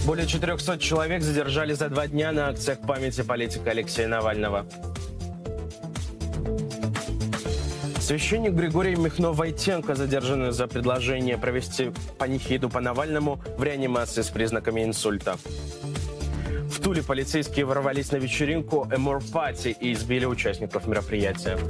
Более 400 человек задержали за 2 дня на акциях памяти политика Алексея Навального. Священник Григорий Михно-Войтенко задержан за предложение провести панихиду по Навальному в реанимации с признаками инсульта. В Туле полицейские ворвались на вечеринку More Party и избили участников мероприятия.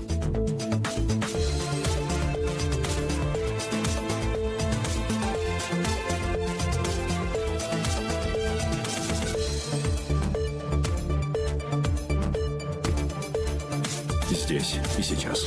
Здесь и сейчас.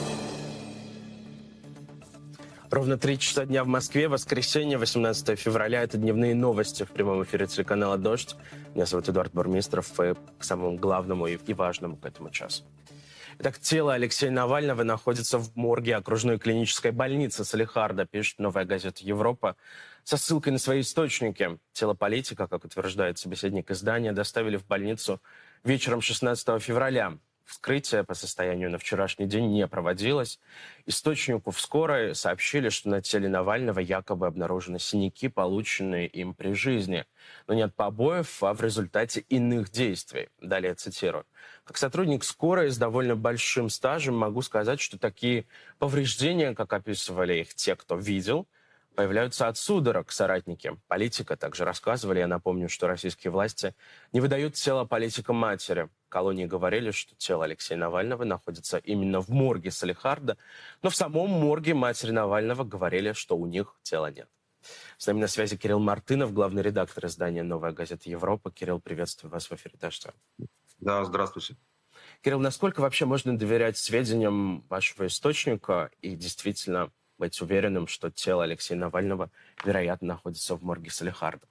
Ровно 3 часа дня в Москве, воскресенье, 18 февраля. Это дневные новости в прямом эфире телеканала «Дождь». Меня зовут Эдуард Бурмистров, и к самому главному и важному к этому часу. Итак, тело Алексея Навального находится в морге окружной клинической больницы Салехарда, пишет «Новая газета Европа», со ссылкой на свои источники. Тело политика, как утверждает собеседник издания, доставили в больницу вечером 16 февраля. Вскрытие по состоянию на вчерашний день не проводилось. Источнику в скорой сообщили, что на теле Навального якобы обнаружены синяки, полученные им при жизни. Но не от побоев, а в результате иных действий. Далее цитирую. Как сотрудник скорой с довольно большим стажем могу сказать, что такие повреждения, как описывали их те, кто видел, появляются от судорог. Соратники политика также рассказывали, я напомню, что российские власти не выдают тело политика матери. Колонии говорили, что тело Алексея Навального находится именно в морге Салехарда, но в самом морге матери Навального говорили, что у них тела нет. С нами на связи Кирилл Мартынов, главный редактор издания «Новая газета Европа». Кирилл, приветствую вас в эфире «Дождя». Да, здравствуйте. Кирилл, насколько вообще можно доверять сведениям вашего источника и действительно быть уверенным, что тело Алексея Навального, вероятно, находится в морге Салехарда?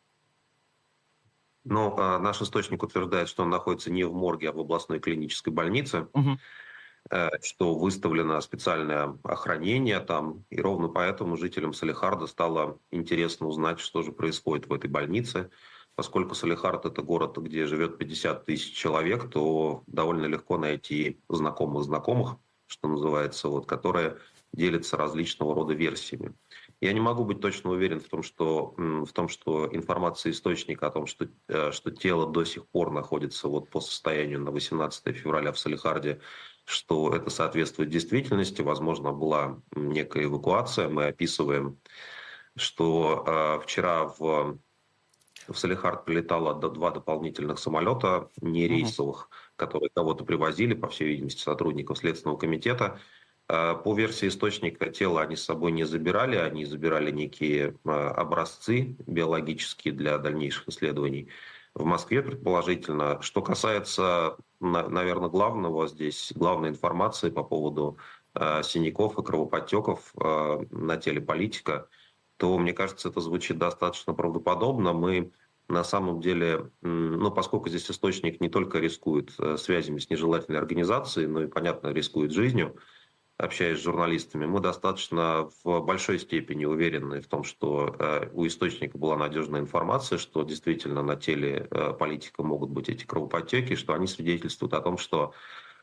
Ну, наш источник утверждает, что он находится не в морге, а в областной клинической больнице, что выставлено специальное охранение там, и ровно поэтому жителям Салехарда стало интересно узнать, что же происходит в этой больнице. Поскольку Салехард – это город, где живет 50 тысяч человек, то довольно легко найти знакомых, что называется, которые делятся различного рода версиями. Я не могу быть точно уверен в том, что информация источника о том, что тело до сих пор находится по состоянию на 18 февраля в Салехарде, что это соответствует действительности. Возможно, была некая эвакуация. Мы описываем, что вчера в Салехард прилетало 2 дополнительных самолета, не рейсовых, которые кого-то привозили, по всей видимости, сотрудников Следственного комитета. По версии источника, тело они с собой не забирали, они забирали некие образцы биологические для дальнейших исследований в Москве, предположительно. Что касается, наверное, главной информации по поводу синяков и кровоподтеков на теле политика, то, мне кажется, это звучит достаточно правдоподобно. Мы на самом деле, поскольку здесь источник не только рискует связями с нежелательной организацией, но и, понятно, рискует жизнью, общаясь с журналистами, мы достаточно в большой степени уверены в том, что у источника была надежная информация, что действительно на теле политика могут быть эти кровоподтеки, что они свидетельствуют о том, что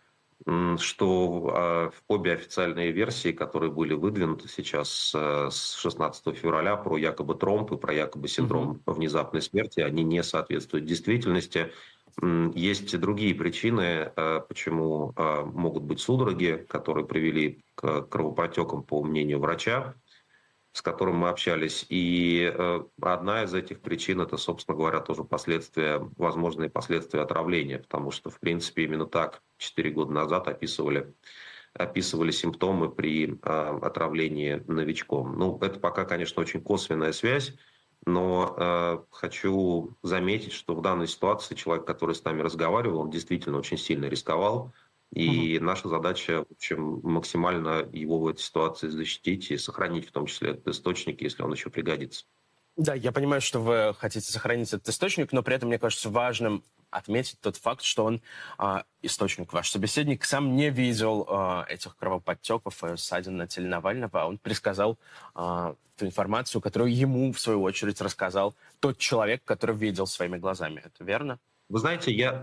обе официальные версии, которые были выдвинуты сейчас с 16 февраля про якобы тромб и про якобы синдром внезапной смерти, они не соответствуют действительности. Есть и другие причины, почему могут быть судороги, которые привели к кровоподтекам, по мнению врача, с которым мы общались. И одна из этих причин – это, собственно говоря, тоже возможные последствия отравления, потому что, в принципе, именно так 4 года назад описывали симптомы при отравлении новичком. Это пока, конечно, очень косвенная связь, но хочу заметить, что в данной ситуации человек, который с нами разговаривал, он действительно очень сильно рисковал. И наша задача, в общем, максимально его в этой ситуации защитить и сохранить в том числе этот источник, если он еще пригодится. Да, я понимаю, что вы хотите сохранить этот источник, но при этом, мне кажется, важным отметить тот факт, что он, источник, ваш собеседник, сам не видел этих кровоподтеков и ссадин на теле Навального, а он пересказал ту информацию, которую ему, в свою очередь, рассказал тот человек, который видел своими глазами. Это верно? Вы знаете, я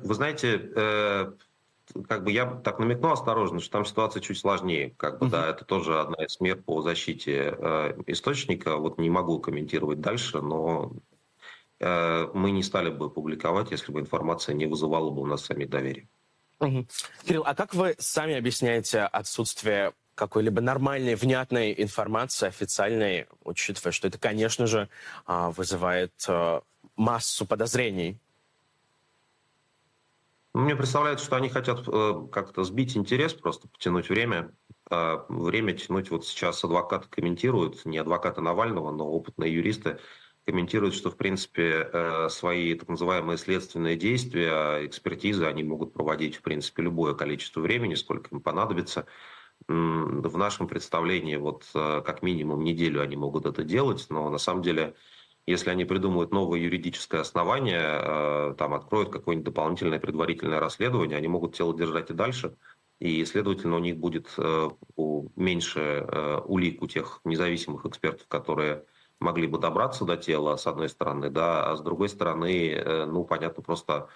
так намекну осторожно, что там ситуация чуть сложнее. Да, это тоже одна из мер по защите источника. Не могу комментировать дальше, но мы не стали бы публиковать, если бы информация не вызывала бы у нас самих доверия. Кирилл, а как вы сами объясняете отсутствие какой-либо нормальной, внятной информации, официальной, учитывая, что это, конечно же, вызывает массу подозрений? Мне представляется, что они хотят как-то сбить интерес, просто потянуть время. Время тянуть вот сейчас адвокаты комментируют, не адвокаты Навального, но опытные юристы комментируют, что, в принципе, свои так называемые следственные действия, экспертизы, они могут проводить, в принципе, любое количество времени, сколько им понадобится. В нашем представлении вот как минимум неделю они могут это делать, но на самом деле, если они придумают новое юридическое основание, там откроют какое-нибудь дополнительное предварительное расследование, они могут тело держать и дальше, и, следовательно, у них будет меньше улик у тех независимых экспертов, которые могли бы добраться до тела, с одной стороны, да, а с другой стороны, ну, понятно, просто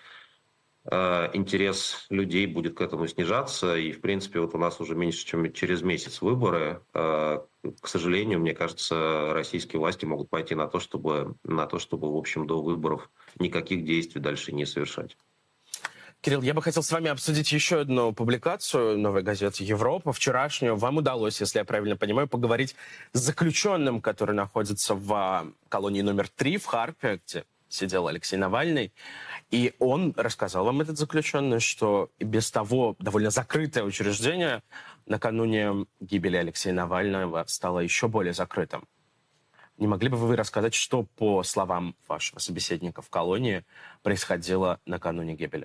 интерес людей будет к этому снижаться, и, в принципе, вот у нас уже меньше, чем через месяц выборы. К сожалению, мне кажется, российские власти могут пойти на то, чтобы, в общем, до выборов никаких действий дальше не совершать. Кирилл, я бы хотел с вами обсудить еще одну публикацию «Новой газеты Европа». Вчерашнюю. Вам удалось, если я правильно понимаю, поговорить с заключенным, который находится в колонии номер 3 в Харькове, где сидел Алексей Навальный. И он рассказал вам, этот заключенный, что и без того довольно закрытое учреждение накануне гибели Алексея Навального стало еще более закрытым. Не могли бы вы рассказать, что, по словам вашего собеседника в колонии, происходило накануне гибели?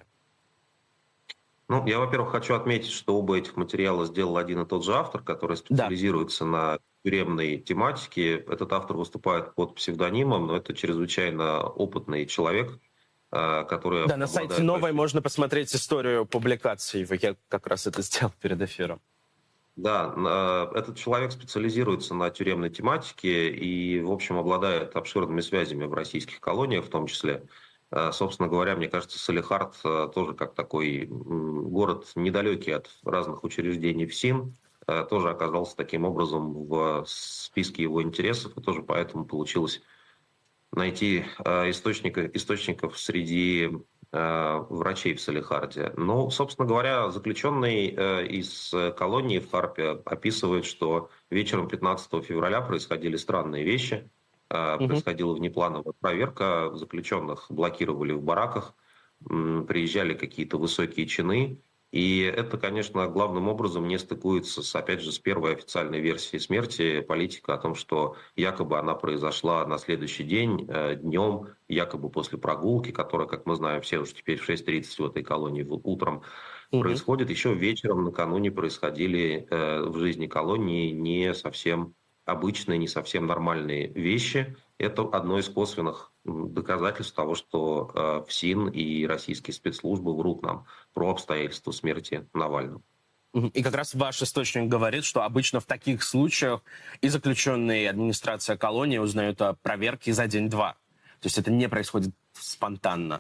Ну, я, во-первых, хочу отметить, что оба этих материала сделал один и тот же автор, который специализируется на тюремной тематике. Этот автор выступает под псевдонимом, но это чрезвычайно опытный человек, который... Да, на сайте «Новой» можно посмотреть историю публикаций. Я как раз это сделал перед эфиром. Да, этот человек специализируется на тюремной тематике и, в общем, обладает обширными связями в российских колониях в том числе. Собственно говоря, мне кажется, Салехард тоже как такой город недалекий от разных учреждений ФСИН, тоже оказался таким образом в списке его интересов, и тоже поэтому получилось найти источников среди врачей в Салехарде. Ну, собственно говоря, заключенный из колонии в Харпе описывает, что вечером 15 февраля происходили странные вещи. Происходила внеплановая проверка, заключенных блокировали в бараках, приезжали какие-то высокие чины. И это, конечно, главным образом не стыкуется, опять же, с первой официальной версией смерти политика о том, что якобы она произошла на следующий день, днем, якобы после прогулки, которая, как мы знаем, все уже теперь в 6:30 в этой колонии утром происходит. Еще вечером накануне происходили в жизни колонии не совсем обычные, не совсем нормальные вещи. Это одно из косвенных доказательств того, что ФСИН и российские спецслужбы врут нам про обстоятельства смерти Навального. И как раз ваш источник говорит, что обычно в таких случаях и заключенные, и администрация колонии узнают о проверке за день-два. То есть это не происходит спонтанно.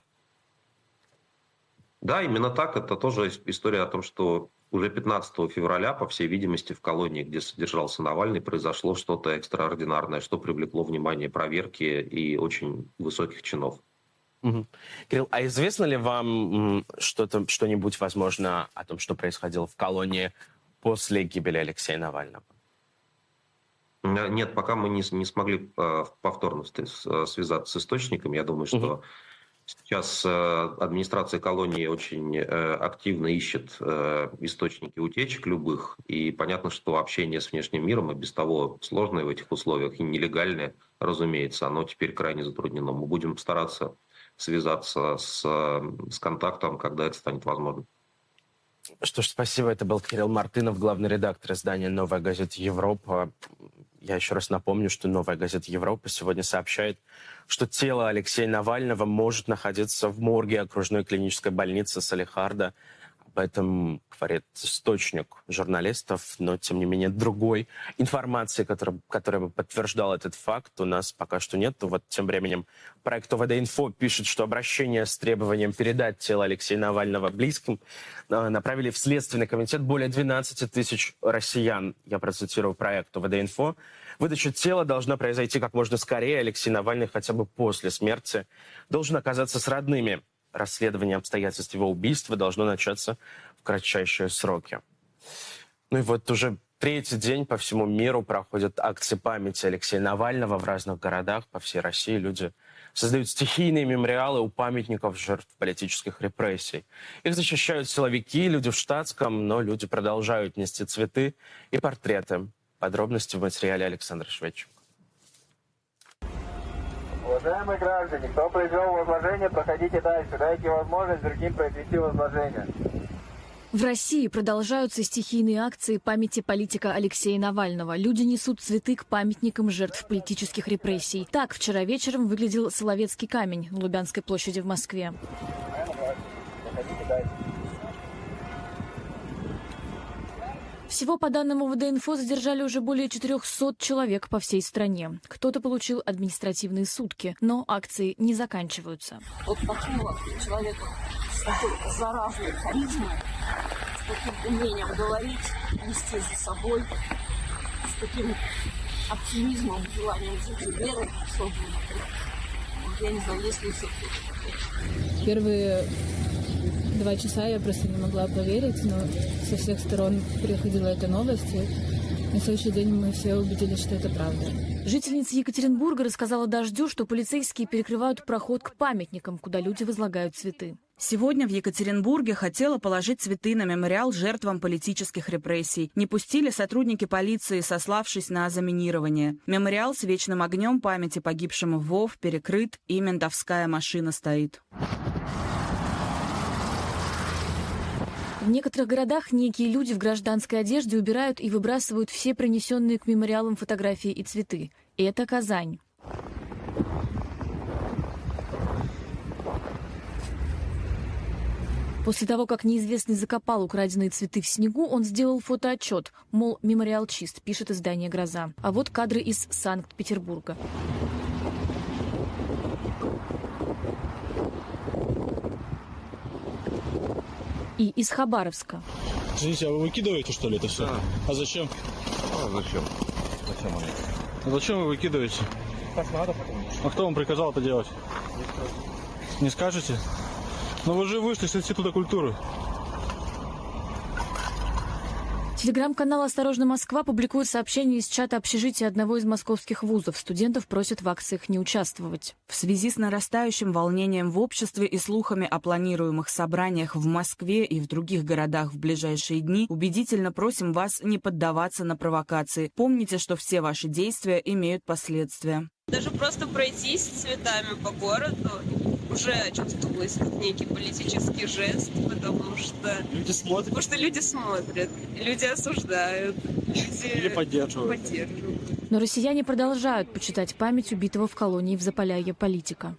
Да, именно так. Это тоже история о том, что уже 15 февраля, по всей видимости, в колонии, где содержался Навальный, произошло что-то экстраординарное, что привлекло внимание проверки и очень высоких чинов. Кирилл, а известно ли вам что-нибудь, возможно, о том, что происходило в колонии после гибели Алексея Навального? Нет, пока мы не смогли повторно связаться с источником. Я думаю, что сейчас администрация колонии очень активно ищет источники утечек любых. И понятно, что общение с внешним миром и без того сложное в этих условиях и нелегальное, разумеется, оно теперь крайне затруднено. Мы будем стараться связаться с контактом, когда это станет возможным. Что ж, спасибо. Это был Кирилл Мартынов, главный редактор издания «Новая газета Европа». Я еще раз напомню, что «Новая газета Европа» сегодня сообщает, что тело Алексея Навального может находиться в морге окружной клинической больницы Салехарда. Об этом говорит источник журналистов, но, тем не менее, другой информации, которая бы подтверждала этот факт, у нас пока что нет. Вот тем временем проект ОВД-Инфо пишет, что обращение с требованием передать тело Алексея Навального близким направили в Следственный комитет более 12 тысяч россиян. Я процитирую проект ОВД-Инфо. Выдача тела должна произойти как можно скорее. Алексей Навальный хотя бы после смерти должен оказаться с родными. Расследование обстоятельств его убийства должно начаться в кратчайшие сроки. Ну и вот уже третий день по всему миру проходят акции памяти Алексея Навального в разных городах по всей России. Люди создают стихийные мемориалы у памятников жертв политических репрессий. Их защищают силовики, люди в штатском, но люди продолжают нести цветы и портреты. Подробности в материале Александра Шведченко. Уважаемые граждане, кто произвел возложение, проходите дальше. Дайте возможность другим произвести возложение. В России продолжаются стихийные акции памяти политика Алексея Навального. Люди несут цветы к памятникам жертв политических репрессий. Так вчера вечером выглядел Соловецкий камень на Лубянской площади в Москве. Проходите дальше. Всего, по данным ОВД-Инфо, задержали уже более 400 человек по всей стране. Кто-то получил административные сутки, но акции не заканчиваются. Вот такого человека с такой заразной харизмой, с таким умением говорить, вести за собой, с таким оптимизмом, желанием жить и верой в свободу. Я не знаю, есть ли все-таки. Первые 2 часа я просто не могла поверить, но со всех сторон приходила эта новость, и на следующий день мы все убедились, что это правда. Жительница Екатеринбурга рассказала «Дождю», что полицейские перекрывают проход к памятникам, куда люди возлагают цветы. Сегодня в Екатеринбурге хотела положить цветы на мемориал жертвам политических репрессий. Не пустили сотрудники полиции, сославшись на заминирование. Мемориал с вечным огнем памяти погибшему в ВОВ перекрыт, и ментовская машина стоит. В некоторых городах некие люди в гражданской одежде убирают и выбрасывают все принесенные к мемориалам фотографии и цветы. И это Казань. После того, как неизвестный закопал украденные цветы в снегу, он сделал фотоотчет, мол, мемориал чист, пишет издание «Гроза». А вот кадры из Санкт-Петербурга. И из Хабаровска. Извините, а вы выкидываете, что ли, это все? Да. А зачем? Зачем? Зачем оно? А зачем вы выкидываете? Так надо, потому что. А кто вам приказал это делать? Не скажете? Но вы же вышли с Института культуры. Телеграм-канал «Осторожно, Москва» публикует сообщение из чата общежития одного из московских вузов. Студентов просят в акциях не участвовать. В связи с нарастающим волнением в обществе и слухами о планируемых собраниях в Москве и в других городах в ближайшие дни, убедительно просим вас не поддаваться на провокации. Помните, что все ваши действия имеют последствия. Даже просто пройтись с цветами по городу уже чувствовалось как некий политический жест, потому что люди смотрят. Потому что люди смотрят, люди осуждают, люди или поддерживают. Но россияне продолжают почитать память убитого в колонии в Заполярье политика.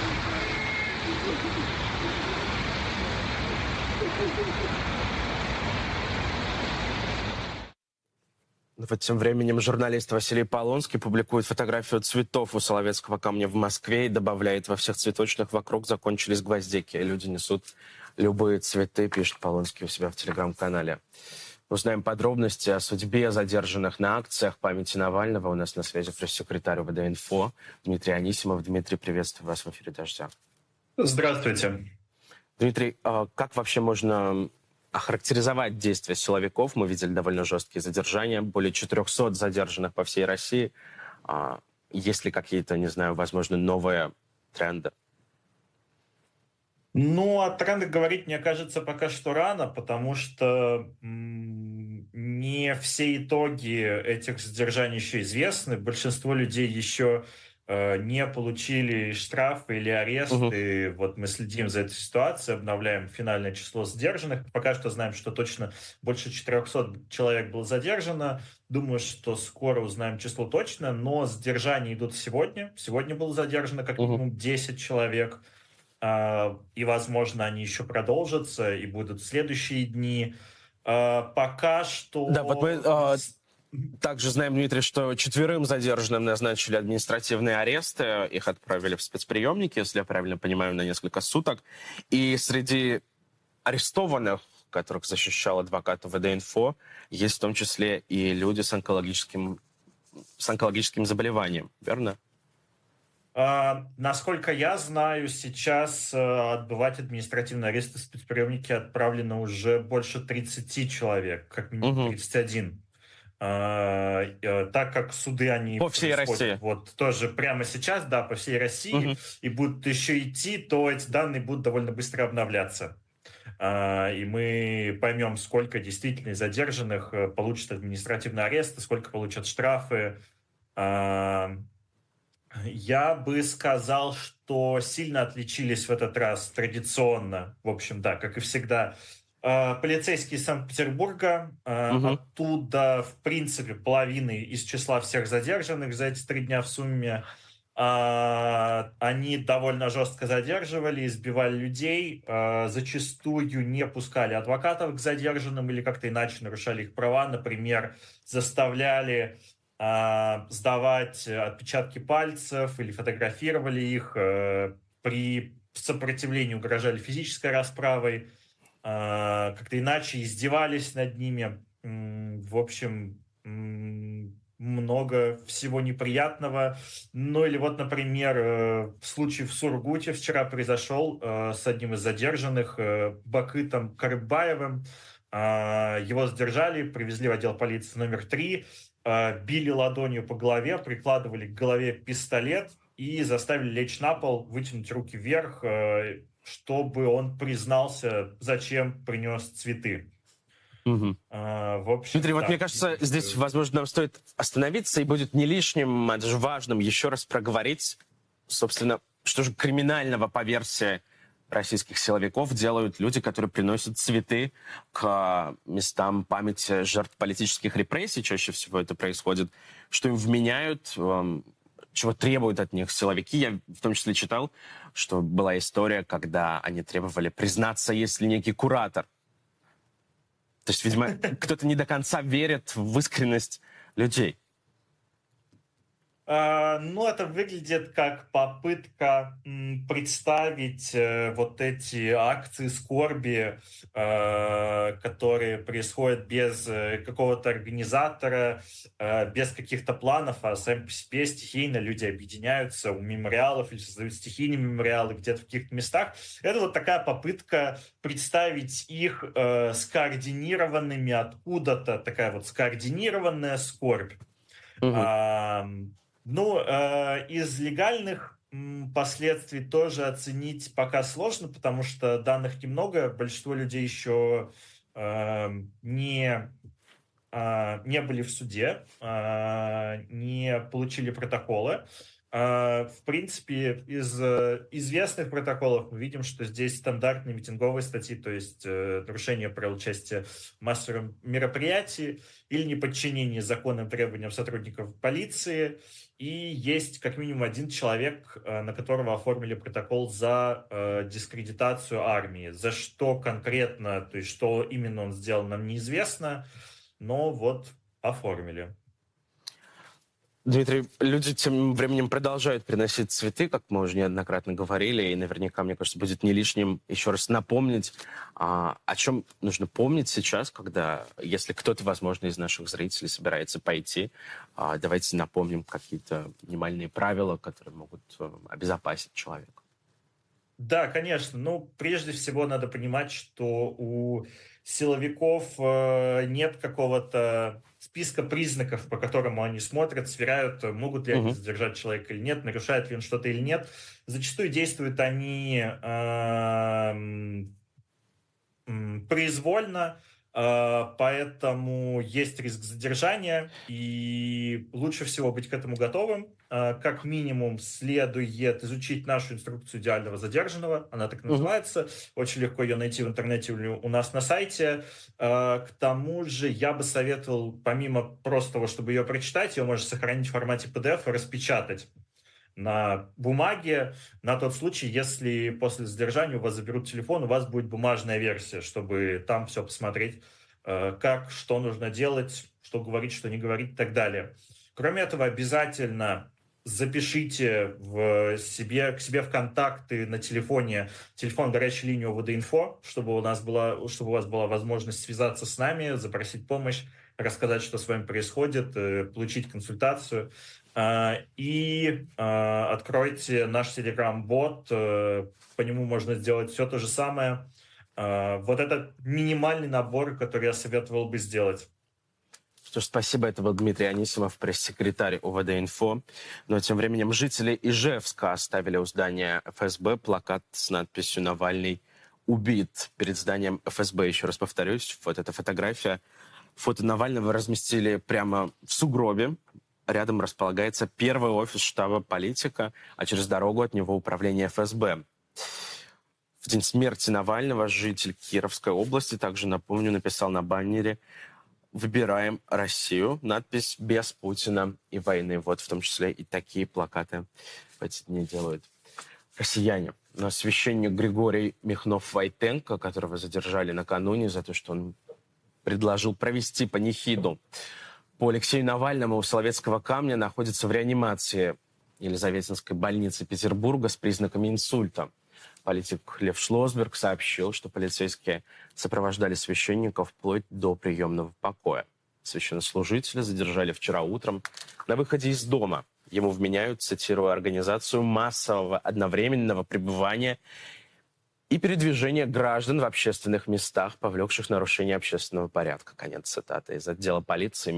Вот тем временем журналист Василий Полонский публикует фотографию цветов у Соловецкого камня в Москве и добавляет: во всех цветочных вокруг закончились гвоздики. Люди несут любые цветы, пишет Полонский у себя в телеграм-канале. Узнаем подробности о судьбе задержанных на акциях памяти Навального. У нас на связи пресс-секретарь ОВД-Инфо Дмитрий Анисимов. Дмитрий, приветствую вас в эфире «Дождя». Здравствуйте. Дмитрий, как вообще можно охарактеризовать действия силовиков? Мы видели довольно жесткие задержания, более 400 задержанных по всей России. Есть ли какие-то, не знаю, возможно, новые тренды? Ну, о трендах говорить, мне кажется, пока что рано, потому что не все итоги этих задержаний еще известны. Большинство людей еще не получили штрафы или аресты. Вот мы следим за этой ситуацией, обновляем финальное число задержанных. Пока что знаем, что точно больше 400 человек было задержано. Думаю, что скоро узнаем число точно, но задержания идут сегодня. Сегодня было задержано как минимум 10 человек. и, возможно, они еще продолжатся и будут в следующие дни. Пока что... Да, вот мы также знаем, Дмитрий, что 4 задержанным назначили административные аресты. Их отправили в спецприемники, если я правильно понимаю, на несколько суток. И среди арестованных, которых защищал адвокат УВД-Инфо, есть в том числе и люди с онкологическим заболеванием, верно? Насколько я знаю, сейчас отбывать административные аресты в спецприемники отправлено уже больше 30 человек, как минимум 31. Так как суды, они по всей России. Вот тоже прямо сейчас, да, по всей России, и будут еще идти, то эти данные будут довольно быстро обновляться. И мы поймем, сколько действительно задержанных получат административные аресты, сколько получат штрафы. Я бы сказал, что сильно отличились в этот раз традиционно, в общем, да, как и всегда, полицейские Санкт-Петербурга. Оттуда, в принципе, половины из числа всех задержанных за эти 3 дня в сумме. Они довольно жестко задерживали, избивали людей, зачастую не пускали адвокатов к задержанным или как-то иначе нарушали их права. Например, заставляли сдавать отпечатки пальцев или фотографировали их, при сопротивлении угрожали физической расправой, как-то иначе издевались над ними. В общем, много всего неприятного. Ну или вот, например, случай в Сургуте вчера произошел с одним из задержанных, Бакытом Карыбаевым. Его задержали, привезли в отдел полиции номер 3, били ладонью по голове, прикладывали к голове пистолет и заставили лечь на пол, вытянуть руки вверх, чтобы он признался, зачем принес цветы. В общем, Дмитрий, вот мне кажется, здесь, возможно, нам стоит остановиться, и будет не лишним, а даже важным еще раз проговорить, собственно, что же криминального по версии российских силовиков делают люди, которые приносят цветы к местам памяти жертв политических репрессий. Чаще всего это происходит, что им вменяют, чего требуют от них силовики. Я в том числе читал, что была история, когда они требовали признаться, если некий куратор. То есть, видимо, кто-то не до конца верит в искренность людей. Ну, это выглядит как попытка представить вот эти акции скорби, которые происходят без какого-то организатора, без каких-то планов, а сами по себе стихийно люди объединяются у мемориалов или создают стихийные мемориалы где-то в каких-то местах. Это вот такая попытка представить их скоординированными откуда-то, такая вот скоординированная скорбь. Ну, из легальных последствий тоже оценить пока сложно, потому что данных немного. Большинство людей еще не были в суде, не получили протоколы. В принципе, из известных протоколов мы видим, что здесь стандартные митинговые статьи, то есть нарушение правил участия в массовом мероприятии или неподчинение законным требованиям сотрудников полиции. И есть как минимум 1 человек, на которого оформили протокол за дискредитацию армии. За что конкретно, то есть что именно он сделал, нам неизвестно, но вот оформили. Дмитрий, люди тем временем продолжают приносить цветы, как мы уже неоднократно говорили, и наверняка, мне кажется, будет не лишним еще раз напомнить, о чем нужно помнить сейчас, когда, если кто-то, возможно, из наших зрителей собирается пойти, давайте напомним какие-то минимальные правила, которые могут обезопасить человека. Да, конечно. Ну, прежде всего, надо понимать, что у силовиков нет какого-то списка признаков, по которому они смотрят, сверяют, могут ли они задержать человека или нет, нарушает ли он что-то или нет. Зачастую действуют они произвольно, поэтому есть риск задержания, и лучше всего быть к этому готовым. Как минимум следует изучить нашу инструкцию идеального задержанного, она так называется, очень легко ее найти в интернете или у нас на сайте. К тому же я бы советовал, помимо просто того, чтобы ее прочитать, ее можно сохранить в формате PDF и распечатать на бумаге на тот случай, если после задержания у вас заберут телефон, у вас будет бумажная версия, чтобы там все посмотреть, как, что нужно делать, что говорить, что не говорить и так далее. Кроме этого, обязательно запишите к себе в контакты на телефон горячей линии ОВД-инфо, чтобы у вас была возможность связаться с нами, запросить помощь, рассказать, что с вами происходит, получить консультацию. И откройте наш Telegram-бот, по нему можно сделать все то же самое. Вот это минимальный набор, который я советовал бы сделать. Что ж, спасибо. Это был Дмитрий Анисимов, пресс-секретарь ОВД-инфо. Но тем временем жители Ижевска оставили у здания ФСБ плакат с надписью «Навальный убит». Перед зданием ФСБ, еще раз повторюсь, вот эта фотография. Фото Навального разместили прямо в сугробе. Рядом располагается первый офис штаба политика, а через дорогу от него управление ФСБ. В день смерти Навального житель Кировской области, также, напомню, написал на баннере «Выбираем Россию», надпись «Без Путина и войны». Вот в том числе и такие плакаты в эти дни делают россияне. Но священник Григорий Михнов-Войтенко, которого задержали накануне за то, что он предложил провести панихиду по Алексею Навальному, у Соловецкого камня находится в реанимации Елизаветинской больницы Петербурга с признаками инсульта. Политик Лев Шлосберг сообщил, что полицейские сопровождали священника вплоть до приемного покоя. Священнослужителя задержали вчера утром на выходе из дома. Ему вменяют, цитирую, организацию массового одновременного пребывания и передвижения граждан в общественных местах, повлекших нарушение общественного порядка. Конец цитаты. Из отдела полиции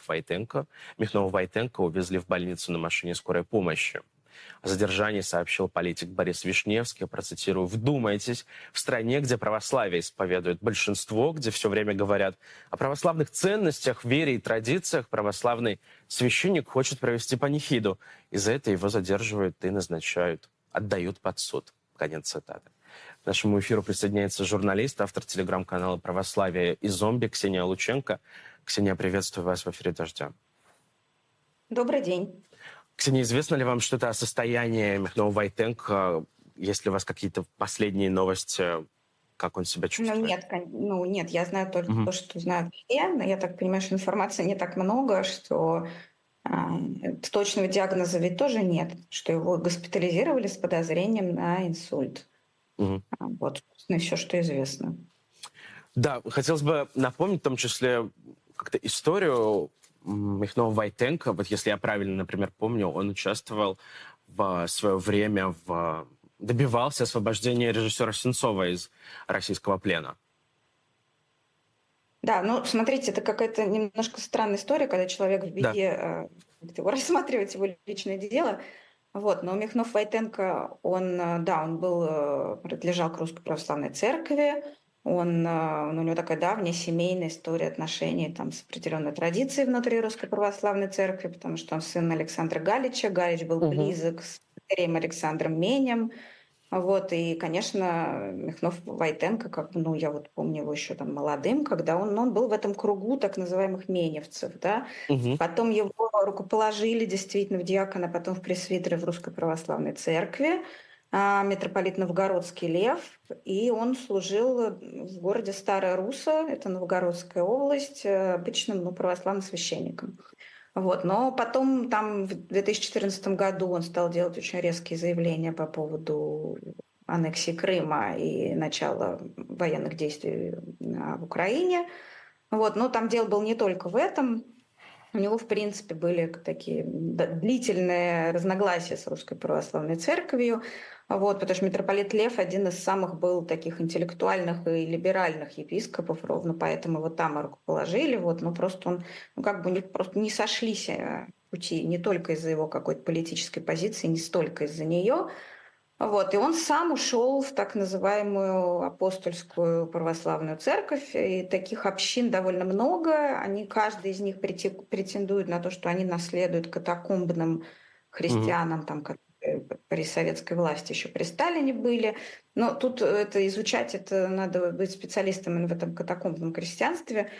Михнова-Войтенко увезли в больницу на машине скорой помощи. О задержании сообщил политик Борис Вишневский. Процитирую: «Вдумайтесь, в стране, где православие исповедует большинство, где все время говорят о православных ценностях, вере и традициях, православный священник хочет провести панихиду. И за это его задерживают и назначают, отдают под суд». Конец цитаты. К нашему эфиру присоединяется журналист, автор телеграм-канала «Православие и зомби» Ксения Лученко. Ксения, приветствую вас в эфире «Дождя». Добрый день. Ксения, известно ли вам что-то о состоянии Михнова-Войтенко? Есть ли у вас какие-то последние новости, как он себя чувствует? Нет, я знаю только то, что знают все. Но я так понимаю, что информации не так много, что точного диагноза ведь тоже нет, что его госпитализировали с подозрением на инсульт. Вот, собственно, все, что известно. Да, хотелось бы напомнить в том числе как-то историю Михнова-Войтенко. Вот если я правильно, например, помню, он участвовал в свое время добивался освобождения режиссера Сенцова из российского плена. Да, смотрите, это какая-то немножко странная история, когда человек в беде, его рассматривать его личное дело. Вот, но Михнов-Войтенко, он принадлежал к Русской Православной Церкви. У него такая давняя семейная история отношений с определенной традицией внутри Русской Православной Церкви, потому что он сын Александра Галича. Галич был близок с царем Александром Менем. Вот, и, конечно, Михнов-Войтенко, я помню его еще молодым, когда он был в этом кругу так называемых меневцев. Да? Потом его рукоположили действительно в диакона, потом в пресвитера в Русской Православной Церкви. Митрополит Новгородский Лев, и он служил в городе Старая Русса, это Новгородская область, обычным православным священником. Вот. Но потом в 2014 году он стал делать очень резкие заявления по поводу аннексии Крыма и начала военных действий в Украине. Вот. Но там дело было не только в этом. У него, в принципе, были такие длительные разногласия с Русской Православной Церковью. Вот, потому что митрополит Лев один из самых был таких интеллектуальных и либеральных епископов, ровно поэтому его там и рукоположили. Просто он, у них просто не сошлись пути, не только из-за его какой-то политической позиции, не столько из-за нее. Вот, и он сам ушел в так называемую апостольскую православную церковь, и таких общин довольно много. Каждый из них претендует на то, что они наследуют катакомбным христианам, которые при советской власти еще при Сталине были. Но тут это изучать, это надо быть специалистом в этом катакомбном христианстве.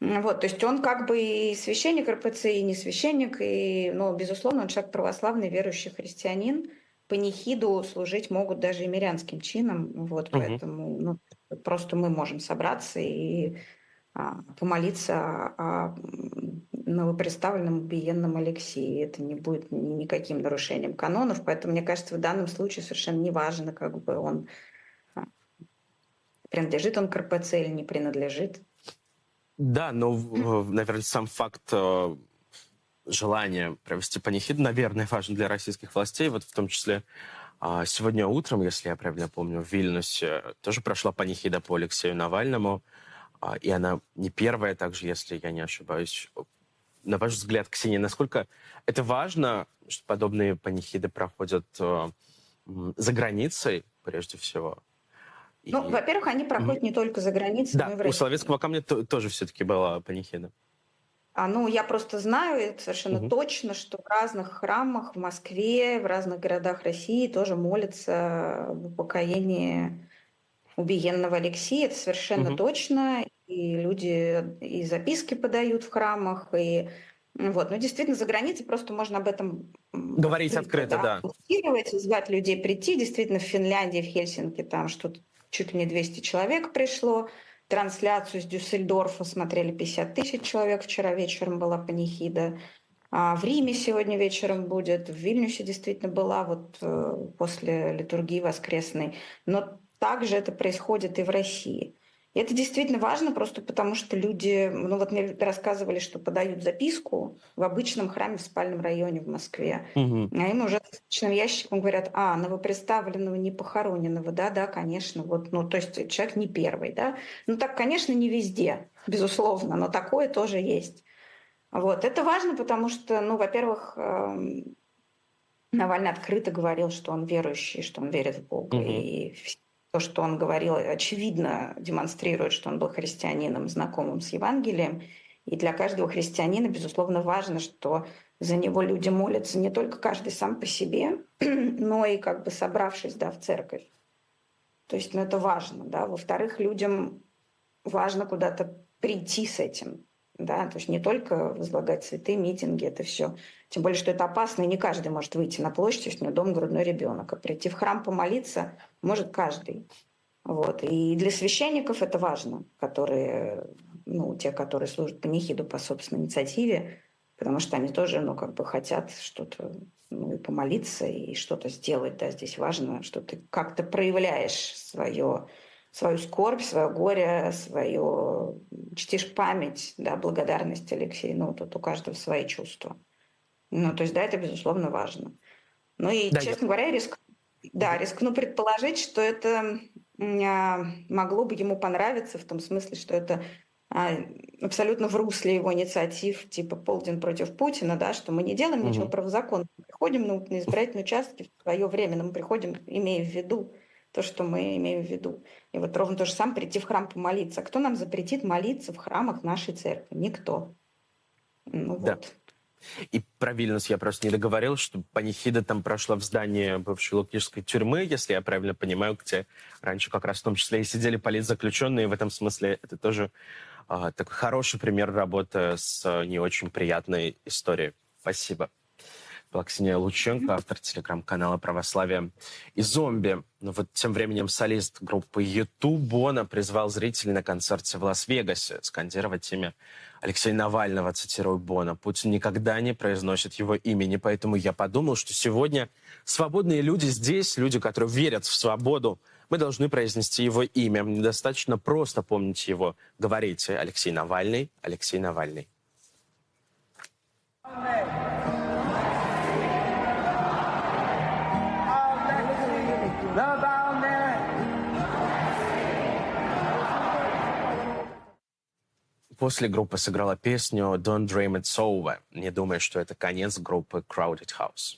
Вот, то есть он как бы и священник РПЦ, и не священник, и, ну, безусловно, он человек православный, верующий христианин. Панихиду служить могут даже и мирянским чином, вот, поэтому ну, просто мы можем собраться и помолиться о новоприставленном убиенном Алексее. Это не будет никаким нарушением канонов, поэтому, мне кажется, в данном случае совершенно не важно, как бы он принадлежит он к РПЦ или не принадлежит. Да, но, наверное, сам факт желания провести панихиду, наверное, важен для российских властей. Вот в том числе сегодня утром, если я правильно помню, в Вильнюсе тоже прошла панихида по Алексею Навальному. И она не первая, также, если я не ошибаюсь. На ваш взгляд, Ксения, насколько это важно, что подобные панихиды проходят за границей, прежде всего? Ну, во-первых, они проходят не только за границей, да, но и в России. У Соловецкого камня тоже все-таки была панихида. Ну, я просто знаю это совершенно точно, что в разных храмах в Москве, в разных городах России тоже молятся в упокоении убиенного Алексея. Это совершенно точно. И люди и записки подают в храмах, и вот. Но действительно, за границей просто можно об этом говорить открыто, да. Звать людей прийти. Действительно, в Финляндии, в Хельсинки там что-то чуть ли не 200 человек пришло. Трансляцию из Дюссельдорфа смотрели 50 тысяч человек. Вчера вечером была панихида. В Риме сегодня вечером будет. В Вильнюсе действительно была вот после литургии воскресной. Но также это происходит и в России. И это действительно важно просто потому, что люди, ну вот мне рассказывали, что подают записку в обычном храме в спальном районе в Москве. А им уже с личным ящиком говорят, новоприставленного, не похороненного, да, конечно. Вот, ну, то есть человек не первый, да. Ну так, конечно, не везде, безусловно, но такое тоже есть. Вот. Это важно, потому что, ну, во-первых, Навальный открыто говорил, что он верующий, что он верит в Бога. И то, что он говорил, очевидно демонстрирует, что он был христианином, знакомым с Евангелием. И для каждого христианина, безусловно, важно, что за него люди молятся не только каждый сам по себе, но и как бы собравшись, да, в церковь. То есть, ну, это важно, да. Во-вторых, людям важно куда-то прийти с этим, да, то есть не только возлагать цветы, митинги, это все. Тем более, что это опасно, и не каждый может выйти на площадь, если у него дома грудной ребенок. А прийти в храм помолиться может каждый. Вот. И для священников это важно, которые, ну, те, которые служат панихиду по собственной инициативе, потому что они тоже, ну, как бы хотят что-то, ну, и помолиться, и что-то сделать, да, здесь важно, что ты как-то проявляешь свою скорбь, свое горе, чтишь память, да, благодарность Алексею. Ну, тут у каждого свои чувства. Ну, то есть, да, это, безусловно, важно. Ну и, да, честно говоря, рискну предположить, что это могло бы ему понравиться в том смысле, что это абсолютно в русле его инициатив, типа «Полдень против Путина», да, что мы не делаем ничего противозаконного. Мы приходим на избирательные участки в свое время, но мы приходим, имея в виду то, что мы имеем в виду. И вот ровно то же самое прийти в храм помолиться. А кто нам запретит молиться в храмах нашей церкви? Никто. Ну, да. Вот. И про Вильнюс я просто не договорил, что панихида там прошла в здании бывшей лукишской тюрьмы, если я правильно понимаю, где раньше как раз в том числе и сидели политзаключенные. В этом смысле это тоже такой хороший пример работы с не очень приятной историей. Спасибо. Была Ксения Лученко, автор телеграм-канала «Православие и зомби». Но вот тем временем солист группы U2 Боно призвал зрителей на концерте в Лас-Вегасе скандировать имя Алексея Навального, цитирую Боно. «Путин никогда не произносит его имени, поэтому я подумал, что сегодня свободные люди здесь, люди, которые верят в свободу, мы должны произнести его имя. Недостаточно просто помнить его. Говорите: Алексей Навальный, Алексей Навальный». После группа сыграла песню «Don't Dream It's Over», не думая, что это конец группы Crowded House.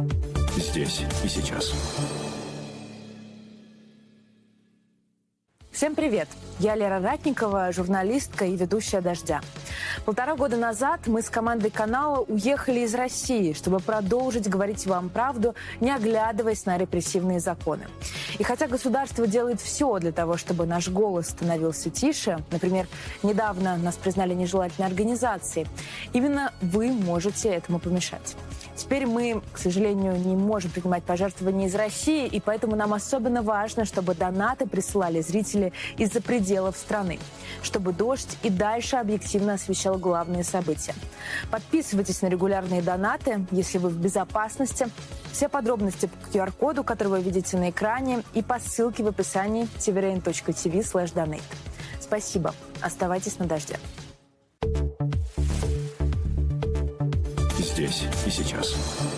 Здесь и сейчас. Всем привет! Я Лера Ратникова, журналистка и ведущая «Дождя». 1,5 года назад мы с командой канала уехали из России, чтобы продолжить говорить вам правду, не оглядываясь на репрессивные законы. И хотя государство делает все для того, чтобы наш голос становился тише, например, недавно нас признали нежелательной организацией, именно вы можете этому помешать. Теперь мы, к сожалению, не можем принимать пожертвования из России, и поэтому нам особенно важно, чтобы донаты присылали зрители из-за пределов страны, чтобы «Дождь» и дальше объективно освещал главные события. Подписывайтесь на регулярные донаты, если вы в безопасности. Все подробности по QR-коду, который вы видите на экране, и по ссылке в описании tvrain.tv/donate. Спасибо. Оставайтесь на «Дожде». Здесь и сейчас.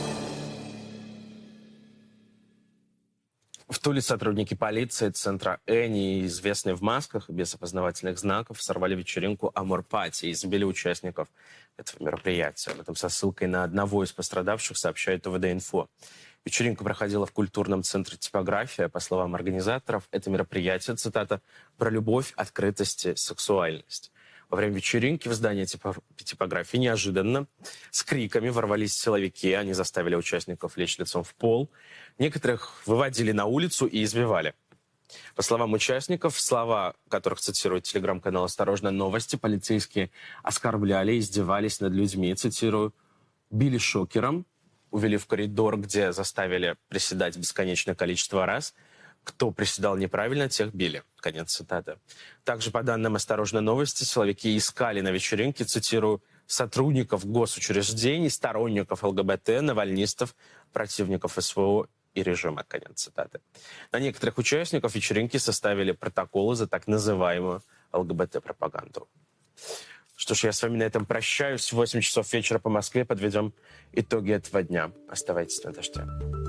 В Туле сотрудники полиции центра Эни, известные в масках и без опознавательных знаков, сорвали вечеринку «Амор-пати» и избили участников этого мероприятия. Об этом со ссылкой на одного из пострадавших сообщает ОВД-инфо. Вечеринка проходила в культурном центре «Типография». По словам организаторов, это мероприятие, цитата, «про любовь, открытость и сексуальность». Во время вечеринки в здание типографии неожиданно с криками ворвались силовики. Они заставили участников лечь лицом в пол. Некоторых выводили на улицу и избивали. По словам участников, слова которых цитирует телеграм-канал «Осторожно, новости», полицейские оскорбляли, издевались над людьми, цитирую, били шокером, увели в коридор, где заставили приседать бесконечное количество раз. Кто приседал неправильно, тех били. Конец цитаты. Также, по данным «Осторожно, новости», силовики искали на вечеринке, цитирую, сотрудников госучреждений, сторонников ЛГБТ, навальнистов, противников СВО и режима. Конец цитаты. На некоторых участников вечеринки составили протоколы за так называемую ЛГБТ-пропаганду. Что ж, я с вами на этом прощаюсь. В 8 часов вечера по Москве подведем итоги этого дня. Оставайтесь на «Дожде».